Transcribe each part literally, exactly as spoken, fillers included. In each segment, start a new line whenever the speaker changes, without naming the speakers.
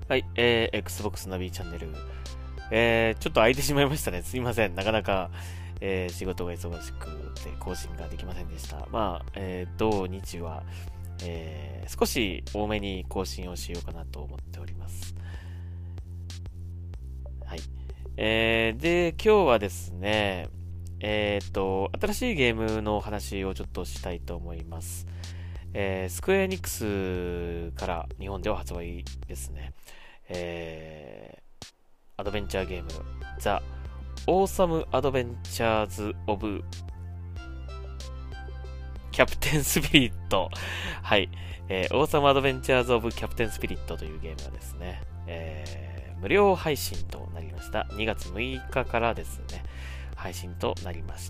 はい、えー、Xbox ナビチャンネル。えー、ちょっと空いてしまいましたね。すいません。なかなか、えー、仕事が忙しくて更新ができませんでした。まあ、えー、土日は、えー、少し多めに更新をしようかなと思っております。はい。えー、で、今日はですね、えーっと、新しいゲームの話をちょっとしたいと思います。えー、スクエアエニックスから日本では発売ですね。えー、アドベンチャーゲーム、ザ・オーサム・アドベンチャーズ・オブ・キャプテン・スピリット。はい。えー、オーサム・アドベンチャーズ・オブ・キャプテン・スピリットというゲームがですね、えー、無料配信となりました。にがつむいかからですね、配信となりました。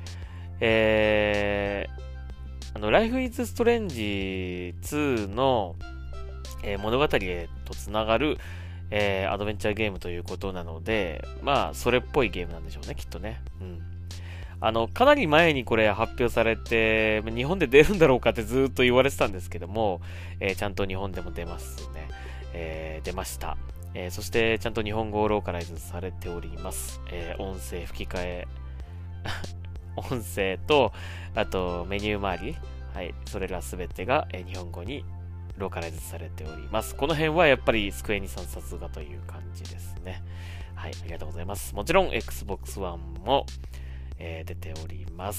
えー、あの、Life is Strange ツーの、えー物語へとつながる、えーアドベンチャーゲームということなので、まあ、それっぽいゲームなんでしょうね、きっとね。うん。あの、かなり前にこれ発表されて、日本で出るんだろうかってずっと言われてたんですけども、えーちゃんと日本でも出ますね。えー出ました。えーそして、ちゃんと日本語をローカライズされております。えー音声吹き替え、音声と、あとメニュー周り、はい、それらすべてが、えー日本語にローカライズされております。この辺はやっぱりスクエニさんさすがという感じですね。はい、ありがとうございます。もちろん Xbox One も、えー出ております。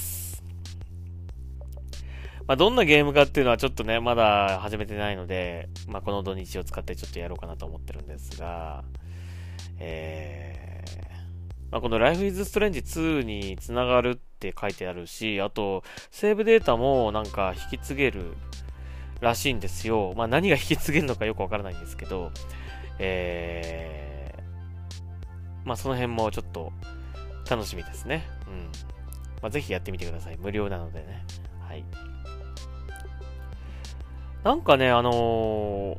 まあ、どんなゲームかっていうのはちょっとね、まだ始めてないので、まあ、この土日を使ってちょっとやろうかなと思ってるんですが、えー、まあ、この Life is Strange ツーにつながるって書いてあるし、あと、セーブデータもなんか引き継げるらしいんですよ。まあ、何が引き継げるのかよくわからないんですけど、えー、まあ、その辺もちょっと楽しみですね。うん。まあ、ぜひやってみてください。無料なのでね。はい。なんかね、あのー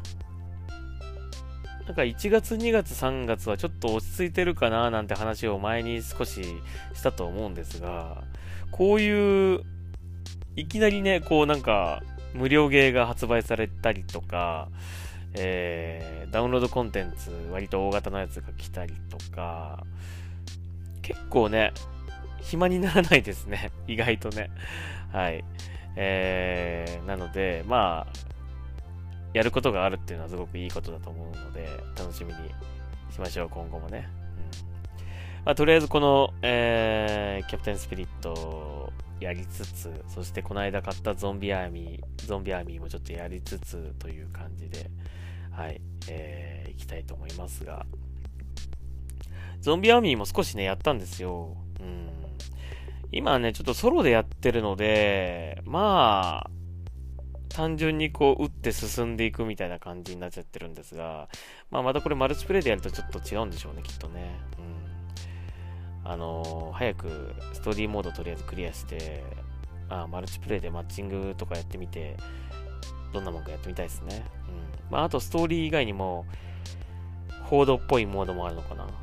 なんかいちがつ、にがつ、さんがつはちょっと落ち着いてるかななんて話を前に少ししたと思うんですが、こういう、いきなりね、こうなんか、無料ゲーが発売されたりとか、えー、ダウンロードコンテンツ、割と大型のやつが来たりとか、結構ね、暇にならないですね。意外とね。はい。えー、なので、まあ、やることがあるっていうのはすごくいいことだと思うので、楽しみにしましょう、今後もね。うんまあ、とりあえずこの、えー、キャプテンスピリットをやりつつ、そしてこの間買ったゾンビアーミー、ゾンビアーミーもちょっとやりつつという感じで、はい、えー、いきたいと思いますが、ゾンビアーミーも少しね、やったんですよ。うん。今はね、ちょっとソロでやってるので、まあ、単純にこう、打って進んでいくみたいな感じになっちゃってるんですが、まあ、またこれマルチプレイでやるとちょっと違うんでしょうね、きっとね。うん。あのー早くストーリーモードとりあえずクリアして、まあ、マルチプレイでマッチングとかやってみて、どんなもんかやってみたいですね。うん。まあ、あとストーリー以外にも、ホードっぽいモードもあるのかな。うん。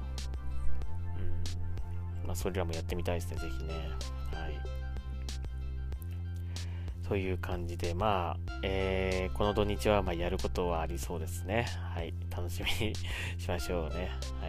まあ、それらもやってみたいですね、ぜひね。はい。という感じで、まあ、えー、この土日はまあやることはありそうですね。はい。楽しみにしましょうね。はい。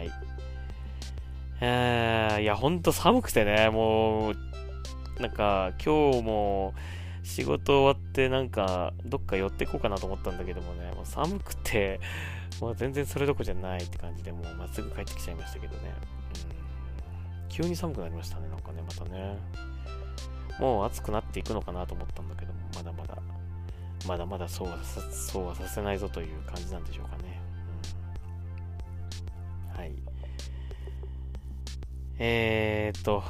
えー、いや、ほんと寒くてね、もう、なんか、今日も仕事終わって、なんか、どっか寄ってこうかなと思ったんだけどもね、もう寒くて、もう全然それどころじゃないって感じで、もうまっすぐ帰ってきちゃいましたけどね。うん。急に寒くなりましたね、なんかね、またね。もう暑くなっていくのかなと思ったんだけども、まだまだ、まだまだそうはさそうはさせないぞという感じなんでしょうかね。うん、はい。えーっと、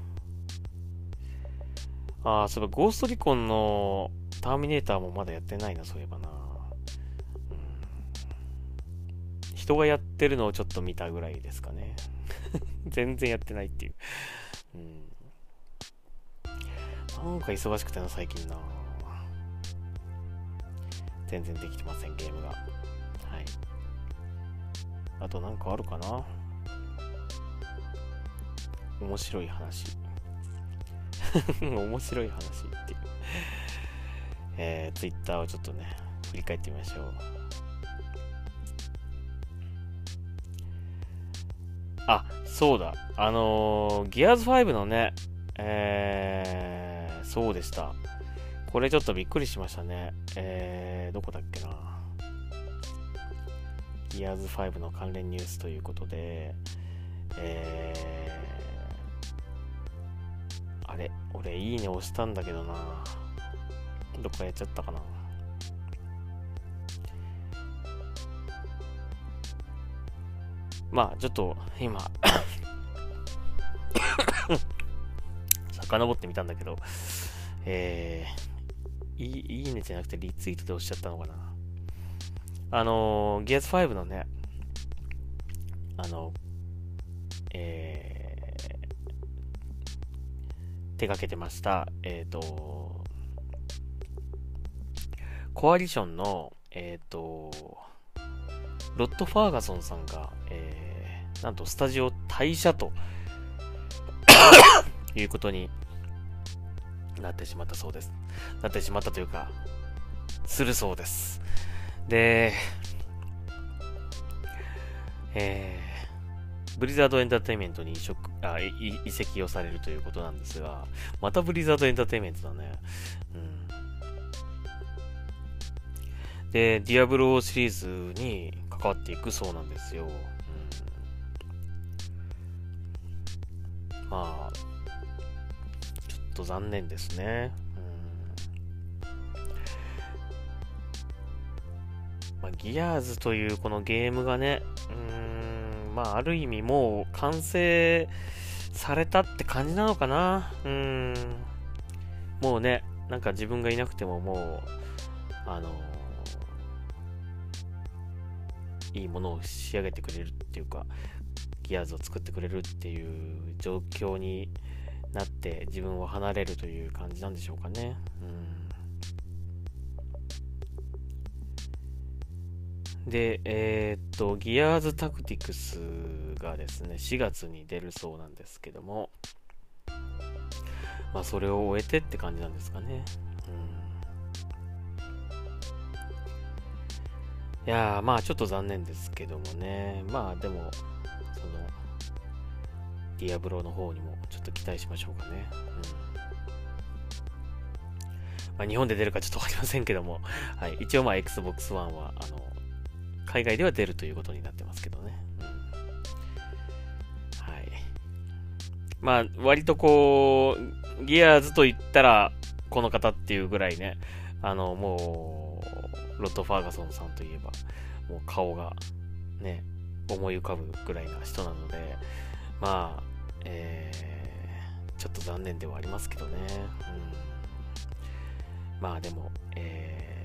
ああ、そういえばゴーストリコンのターミネーターもまだやってないな、そういえばな。うん、人がやってるのをちょっと見たぐらいですかね。全然やってないっていう。うん、なんか忙しくてな、最近な。全然できてません、ゲームが。はい。あとなんかあるかな、面白い話。面白い話っていう。えー、ツイッターをちょっとね、振り返ってみましょう。 あ、そうだ。あのー、ギアーズファイブのね、えー、そうでした。これちょっとびっくりしましたね。えー、どこだっけな。ギアーズファイブの関連ニュースということで、えー、あれ、俺いいね押したんだけどな。どっかやっちゃったかな。まあ、ちょっと、今、遡ってみたんだけど、えー、いい、いいねじゃなくてリツイートで押しちゃったのかな。あのー、ギアーズファイブのね、あの、えー、手掛けてました、えっ、ー、と、コアリションの、えっ、ー、と、ロッド・ファーガソンさんが、えー、なんとスタジオ退社ということになってしまったそうです。なってしまったというか、するそうです。で、えー、ブリザードエンターテインメントに移植あ移籍をされるということなんですが、またブリザードエンターテインメントだね。うん、で、ディアブロシリーズに関わっていくそうなんですよ。うん、まあ、ちょっと残念ですね。まあ、ギアーズというこのゲームがね、うーん、まあ、ある意味もう完成されたって感じなのかな。うーん、もうね、なんか自分がいなくてももう、あのー、いいものを仕上げてくれるっていうか、ギアーズを作ってくれるっていう状況になって自分を離れるという感じなんでしょうかね。うん、で、えー、っと、ギアーズタクティクスがですね、しがつに出るそうなんですけども、まあ、それを終えてって感じなんですかね。うん、いやー、まあ、ちょっと残念ですけどもね。まあ、でも、その、ディアブロの方にもちょっと期待しましょうかね。うん、まあ、日本で出るかちょっとわかりませんけども、はい、一応まあ エックスボックスワン は、あの、海外では出るということになってますけどね。うん、はい。まあ、割とこう、ギアーズと言ったら、この方っていうぐらいね、あの、もう、ロッド・ファーガソンさんといえば、もう顔が、ね、思い浮かぶぐらいな人なので、まあ、えー、ちょっと残念ではありますけどね。うん、まあでも、え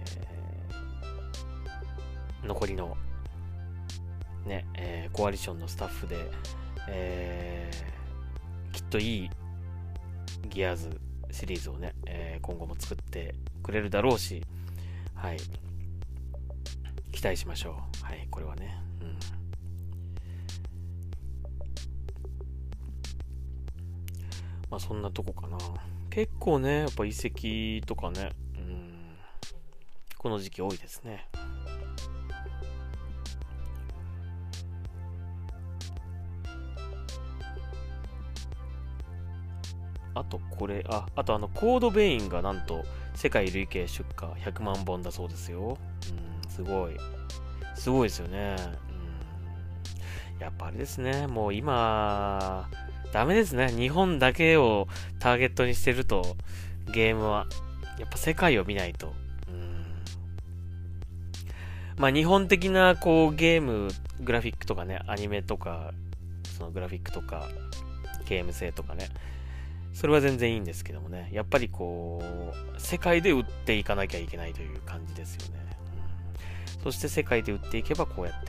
ー、残りの、ね、えー、コアリションのスタッフで、えー、きっといいギアーズシリーズをね、えー、今後も作ってくれるだろうし、はい、期待しましょう。はい、これはね。うん、まあそんなとこかな。結構ね、やっぱ遺跡とかね、うん、この時期多いですね。あとこれ、あ、あとあのコードベインがなんと世界累計出荷ひゃくまんぼんだそうですよ。うん、すごい。すごいですよね。うん、やっぱあれですね。もう今、ダメですね。日本だけをターゲットにしてると、ゲームは。やっぱ世界を見ないと。うん、まあ日本的なこうゲーム、グラフィックとかね、アニメとか、そのグラフィックとか、ゲーム性とかね。それは全然いいんですけどもね。やっぱりこう、世界で売っていかなきゃいけないという感じですよね。うん、そして世界で売っていけばこうやって、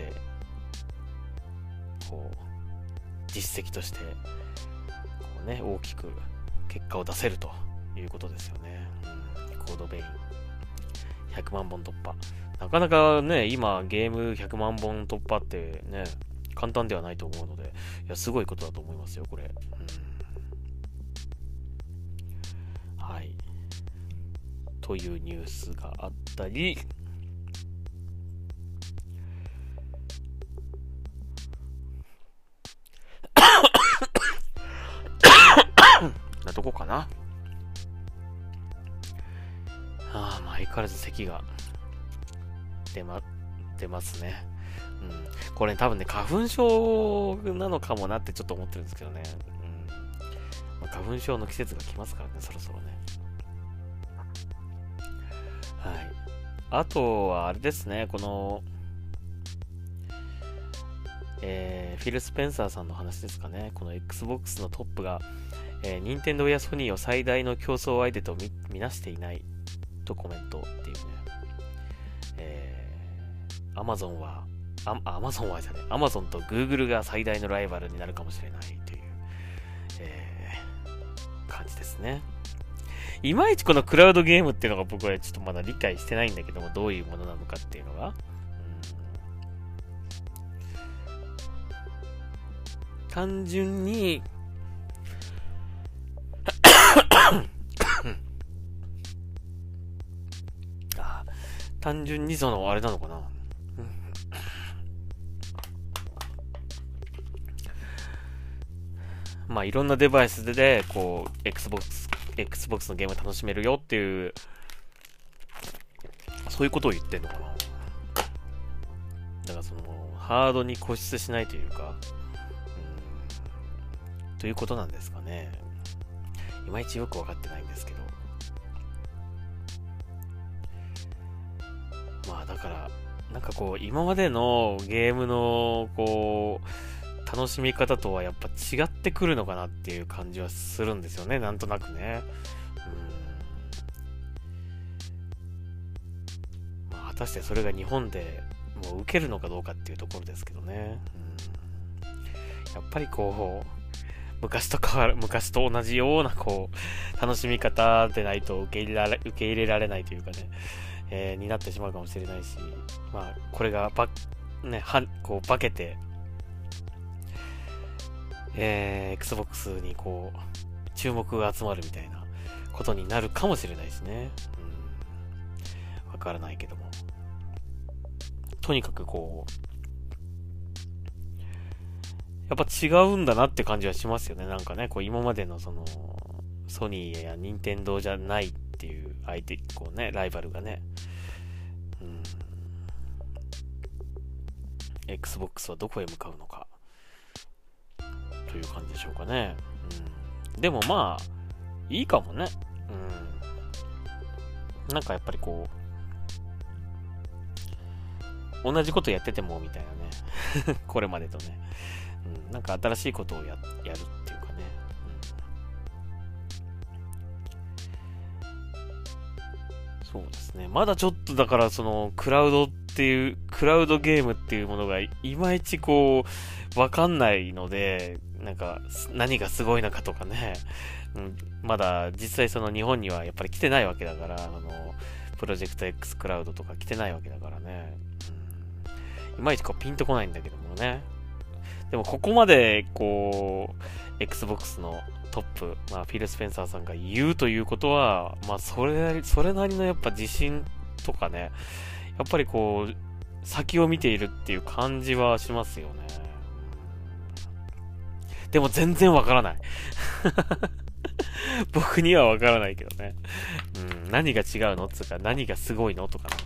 こう、実績として、こうね、大きく結果を出せるということですよね。うん、コードベイン。ひゃくまんぼん突破。なかなかね、今ゲームひゃくまんぼん突破ってね、簡単ではないと思うので、いや、すごいことだと思いますよ、これ。うん、はい。というニュースがあったり、 なとこかな。ああ、まあ相変わらず咳が出ま、出ますね。うん。これ、ね、多分ね、花粉症なのかもなってちょっと思ってるんですけどね。うん。まあ、花粉症の季節が来ますからね、そろそろね。はい。あとは、あれですね、この、えー、フィル・スペンサーさんの話ですかね。この Xbox のトップが、えー、任天堂やソニーを最大の競争相手とみ、みなしていないとコメントっていうね。えー、Amazon は、あ、Amazon はじゃね、Amazon と Google が最大のライバルになるかもしれないという、えー、感じですね。いまいちこのクラウドゲームっていうのが僕はちょっとまだ理解してないんだけども、どういうものなのかっていうのが。単純にあ単純にそのあれなのかな、まあいろんなデバイスでこう Xbox Xbox のゲームを楽しめるよっていうそういうことを言ってんのかな。だからそのハードに固執しないというか、うん、ということなんですかね。いまいちよく分かってないんですけど、まあだからなんかこう今までのゲームのこう楽しみ方とはやっぱ違ってくるのかなっていう感じはするんですよね、なんとなくね。うん、まあ果たしてそれが日本でもう受けるのかどうかっていうところですけどね。うん、やっぱりこう昔と変わる昔と同じようなこう楽しみ方でないと受け入れられ受け入れられないというかね、えー、になってしまうかもしれないし、まあこれがばねはこう化けて、えー、Xbox にこう注目が集まるみたいなことになるかもしれないしね。うん、わからないけども、とにかくこうやっぱ違うんだなって感じはしますよね。なんかね、こう今までのそのソニーや任天堂じゃないっていう相手、こうね、ライバルがね、うん、Xbox はどこへ向かうのかという感じでしょうかね。うん、でもまあいいかもね。うん、なんかやっぱりこう同じことやっててもみたいなねこれまでとね。うん、なんか新しいことを や, やるっていうかね、うん、そうですね。まだちょっとだからそのクラウドっていうクラウドゲームっていうものがいまいちこうわかんないので、なんか何がすごいのかとかね、うん、まだ実際その日本にはやっぱり来てないわけだから、あのプロジェクト X クラウドとか来てないわけだからね、うん、いまいちこうピンとこないんだけどもね。でもここまでこう Xbox のトップ、まあ、フィル・スペンサーさんが言うということは、まあそれそれなりのやっぱ自信とかね、やっぱりこう先を見ているっていう感じはしますよね。でも全然わからない僕にはわからないけどね、うん、何が違うのっつうか何がすごいのとかね。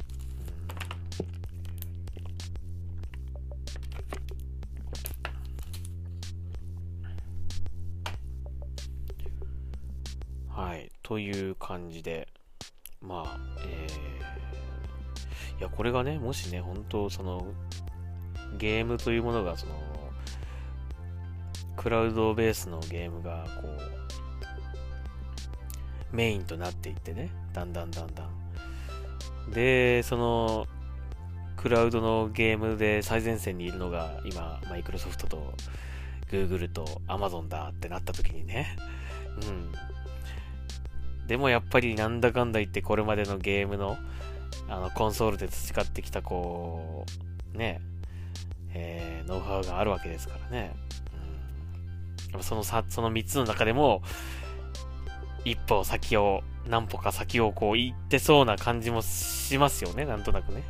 はい、という感じで、まあ、えー、いや、これがね、もしね、本当その、ゲームというものが、その、クラウドベースのゲームが、こう、メインとなっていってね、だんだんだんだん。で、その、クラウドのゲームで最前線にいるのが、今、マイクロソフトと、Google と Amazon だってなった時にね、うん。でもやっぱりなんだかんだ言ってこれまでのゲームのあのコンソールで培ってきたこうねえー、ノウハウがあるわけですからね、うん、そのさそのみっつの中でも一歩先を何歩か先をこう行ってそうな感じもしますよね、なんとなくね、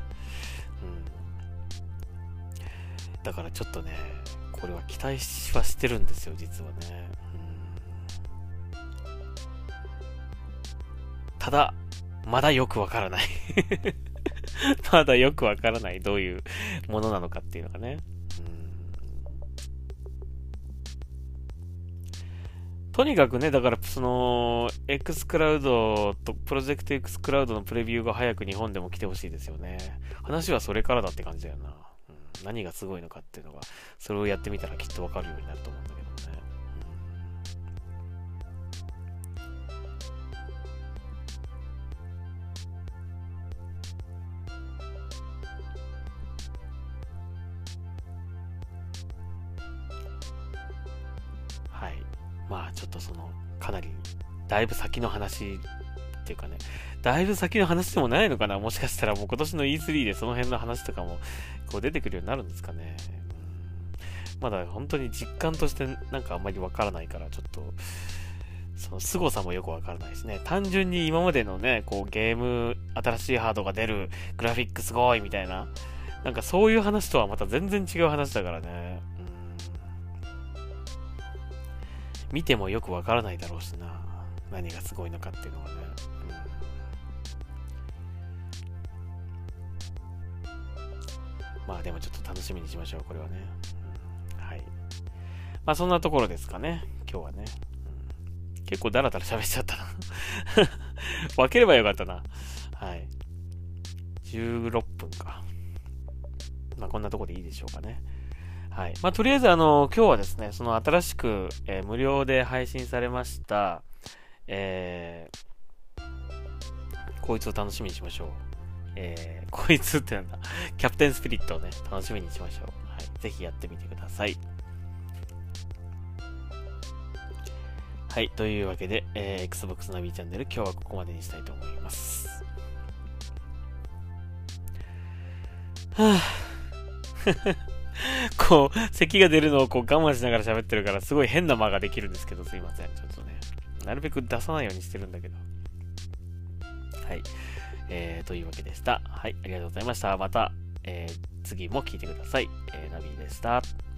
うん、だからちょっとねこれは期待はしてるんですよ実はね、うん、 ただ、まだよくわからない。まだよくわからない。どういうものなのかっていうのがね。とにかくね、だからその、X クラウドと、プロジェクト X クラウドのプレビューが早く日本でも来てほしいですよね。話はそれからだって感じだよな。うん、何がすごいのかっていうのが、それをやってみたらきっとわかるようになると思うんだけどね。はい。まあちょっとその、かなり、だいぶ先の話っていうかね、だいぶ先の話でもないのかな。もしかしたらもう今年の イースリー でその辺の話とかもこう出てくるようになるんですかね。うん、まだ本当に実感としてなんかあんまりわからないから、ちょっと、その凄さもよくわからないしね。単純に今までのね、こうゲーム、新しいハードが出る、グラフィックすごいみたいな、なんかそういう話とはまた全然違う話だからね。見てもよくわからないだろうしな。何がすごいのかっていうのはね。うん、まあでもちょっと楽しみにしましょう、これはね。うん、はい。まあそんなところですかね、今日はね。うん、結構ダラダラ喋っちゃったな。分ければよかったな。はい。じゅうろっぷんか。まあこんなところでいいでしょうかね。はい。まあ、とりあえず、あの、今日はですね、その新しく、えー、無料で配信されました、えー、こいつを楽しみにしましょう。えー、こいつってなんだ。キャプテンスピリットをね、楽しみにしましょう。はい。ぜひやってみてください。はい。というわけで、えー、Xbox ナビチャンネル、今日はここまでにしたいと思います。はぁ。こう、咳が出るのをこう我慢しながら喋ってるから、すごい変な間ができるんですけど、すいません。ちょっとね、なるべく出さないようにしてるんだけど。はい。えー、というわけでした。はい、ありがとうございました。また、えー、次も聞いてください。えー、ナビでした。